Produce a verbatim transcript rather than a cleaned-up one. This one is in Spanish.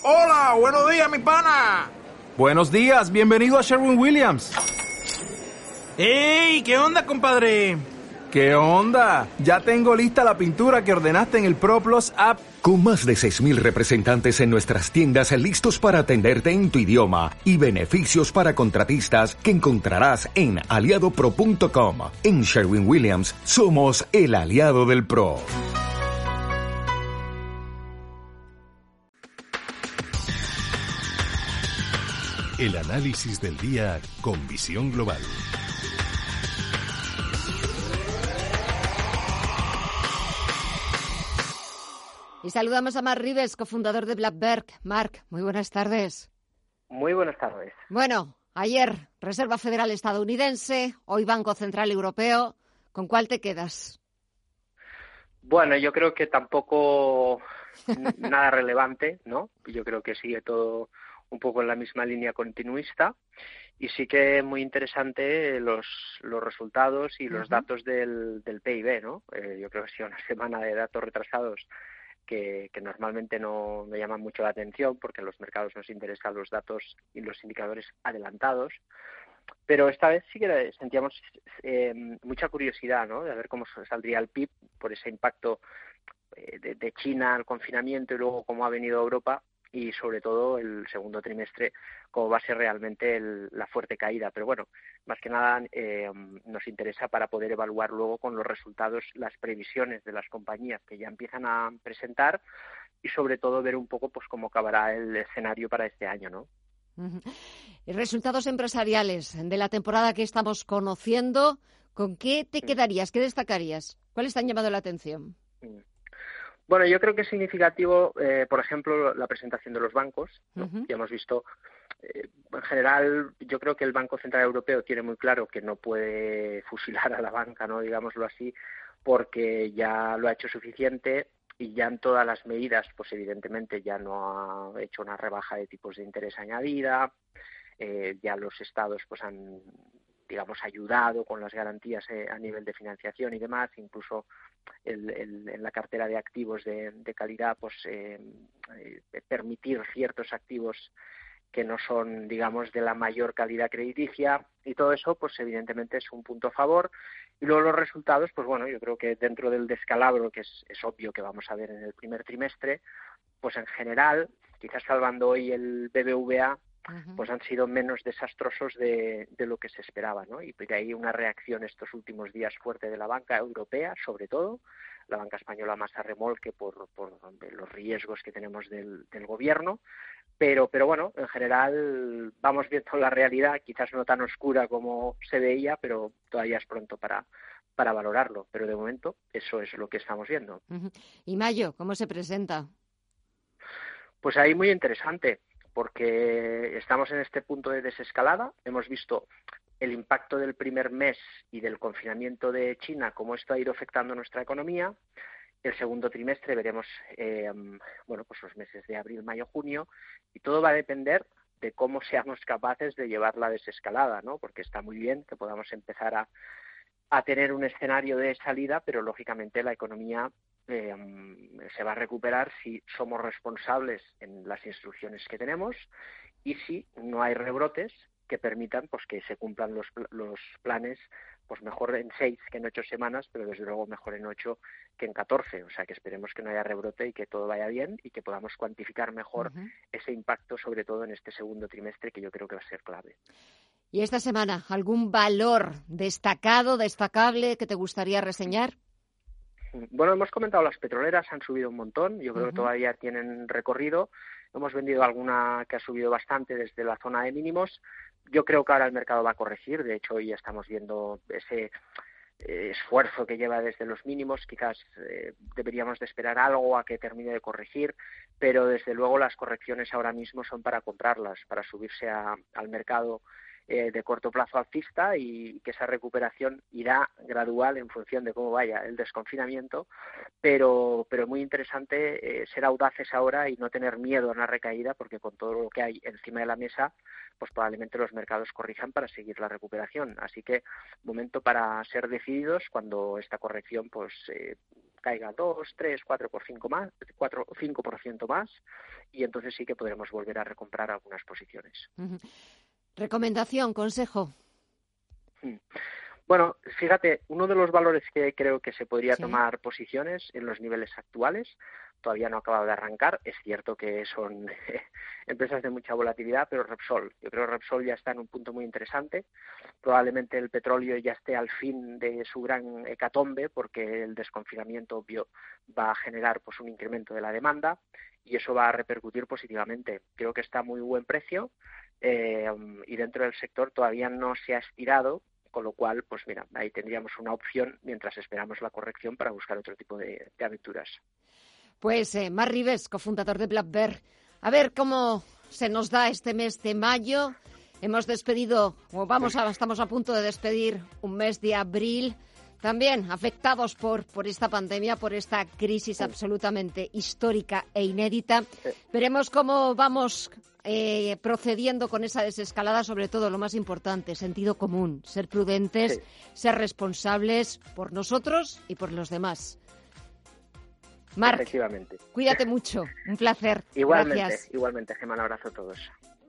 Hola, buenos días, mi pana. Buenos días, bienvenido a Sherwin-Williams. ¡Ey! ¿Qué onda, compadre? ¿Qué onda? Ya tengo lista la pintura que ordenaste en el ProPlus app. Con más de seis mil representantes en nuestras tiendas listos para atenderte en tu idioma y beneficios para contratistas que encontrarás en aliado pro punto com. En Sherwin-Williams somos el aliado del pro. El análisis del día con visión global. Y saludamos a Marc Ribes, cofundador de Blackberg. Marc, muy buenas tardes. Muy buenas tardes. Bueno, ayer Reserva Federal estadounidense, hoy Banco Central Europeo. ¿Con cuál te quedas? Bueno, yo creo que tampoco nada relevante, ¿no? Yo creo que sigue todo un poco en la misma línea continuista y sí que muy interesante los los resultados y los uh-huh. datos del, del P I B, ¿no? Eh, yo creo que ha sido una semana de datos retrasados que, que normalmente no, no llaman mucho la atención porque en los mercados nos interesan los datos y los indicadores adelantados, pero esta vez sí que sentíamos eh, mucha curiosidad, ¿no? De ver cómo saldría el P I B por ese impacto eh, de, de China al confinamiento y luego cómo ha venido a Europa, y sobre todo el segundo trimestre, cómo va a ser realmente el, la fuerte caída. Pero bueno, más que nada eh, nos interesa para poder evaluar luego con los resultados las previsiones de las compañías que ya empiezan a presentar y sobre todo ver un poco pues cómo acabará el escenario para este año, ¿no? Uh-huh. Resultados empresariales de la temporada que estamos conociendo, ¿con qué te quedarías? ¿Qué destacarías? ¿Cuáles te han llamado la atención? Bueno, yo creo que es significativo, eh, por ejemplo, la presentación de los bancos, ¿no? Uh-huh. Ya hemos visto, eh, en general, yo creo que el Banco Central Europeo tiene muy claro que no puede fusilar a la banca, ¿no? Digámoslo así, porque ya lo ha hecho suficiente y ya en todas las medidas, pues evidentemente ya no ha hecho una rebaja de tipos de interés añadida, eh, ya los estados pues han, digamos, ayudado con las garantías eh, a nivel de financiación y demás, incluso el, el, en la cartera de activos de, de calidad, pues eh, eh, permitir ciertos activos que no son, digamos, de la mayor calidad crediticia, y todo eso, pues evidentemente es un punto a favor. Y luego los resultados, pues bueno, yo creo que dentro del descalabro, que es, es obvio que vamos a ver en el primer trimestre, pues en general, quizás salvando hoy el B B V A, Uh-huh. pues han sido menos desastrosos de, de lo que se esperaba, ¿no? Y de ahí una reacción estos últimos días fuerte de la banca europea, sobre todo, la banca española más a remolque por, por los riesgos que tenemos del, del gobierno, pero, pero bueno, en general vamos viendo la realidad, quizás no tan oscura como se veía, pero todavía es pronto para, para valorarlo, pero de momento eso es lo que estamos viendo. Uh-huh. ¿Y mayo, cómo se presenta? Pues ahí muy interesante, porque estamos en este punto de desescalada. Hemos visto el impacto del primer mes y del confinamiento de China, cómo esto ha ido afectando nuestra economía. El segundo trimestre veremos eh, bueno, pues los meses de abril, mayo, junio, y todo va a depender de cómo seamos capaces de llevar la desescalada, ¿no? Porque está muy bien que podamos empezar a, a tener un escenario de salida, pero lógicamente la economía Eh, se va a recuperar si somos responsables en las instrucciones que tenemos y si no hay rebrotes que permitan pues que se cumplan los, los planes pues mejor en seis que en ocho semanas, pero desde luego mejor en ocho que en catorce. O sea que esperemos que no haya rebrote y que todo vaya bien y que podamos cuantificar mejor uh-huh. ese impacto, sobre todo en este segundo trimestre, que yo creo que va a ser clave. ¿Y esta semana algún valor destacado, destacable que te gustaría reseñar? Bueno, hemos comentado las petroleras, han subido un montón, yo creo uh-huh. que todavía tienen recorrido. Hemos vendido alguna que ha subido bastante desde la zona de mínimos. Yo creo que ahora el mercado va a corregir, de hecho hoy ya estamos viendo ese eh, esfuerzo que lleva desde los mínimos. Quizás eh, deberíamos de esperar algo a que termine de corregir, pero desde luego las correcciones ahora mismo son para comprarlas, para subirse a, al mercado Eh, de corto plazo alcista, y que esa recuperación irá gradual en función de cómo vaya el desconfinamiento, pero pero muy interesante eh, ser audaces ahora y no tener miedo a una recaída, porque con todo lo que hay encima de la mesa, pues probablemente los mercados corrijan para seguir la recuperación. Así que momento para ser decididos cuando esta corrección pues eh, caiga dos, tres, cuatro por cinco más, cuatro, cinco por ciento más, y entonces sí que podremos volver a recomprar algunas posiciones. Uh-huh. Recomendación, consejo. Hmm. Bueno, fíjate, uno de los valores que creo que se podría sí. tomar posiciones en los niveles actuales, todavía no ha acabado de arrancar, es cierto que son empresas de mucha volatilidad, pero Repsol, yo creo que Repsol ya está en un punto muy interesante, probablemente el petróleo ya esté al fin de su gran hecatombe, porque el desconfinamiento obvio va a generar pues un incremento de la demanda, y eso va a repercutir positivamente. Creo que está a muy buen precio, eh, y dentro del sector todavía no se ha estirado, con lo cual, pues mira, ahí tendríamos una opción mientras esperamos la corrección para buscar otro tipo de, de aventuras. Pues eh, Marc Ribes, cofundador de Black Bear. A ver cómo se nos da este mes de mayo. Hemos despedido, o vamos a, estamos a punto de despedir un mes de abril, también afectados por, por esta pandemia, por esta crisis absolutamente histórica e inédita. Veremos cómo vamos eh, procediendo con esa desescalada, sobre todo lo más importante, sentido común, ser prudentes, sí. ser responsables por nosotros y por los demás. Marc, efectivamente. Cuídate mucho, un placer. Igualmente, Gracias. igualmente, Gemma, un abrazo a todos.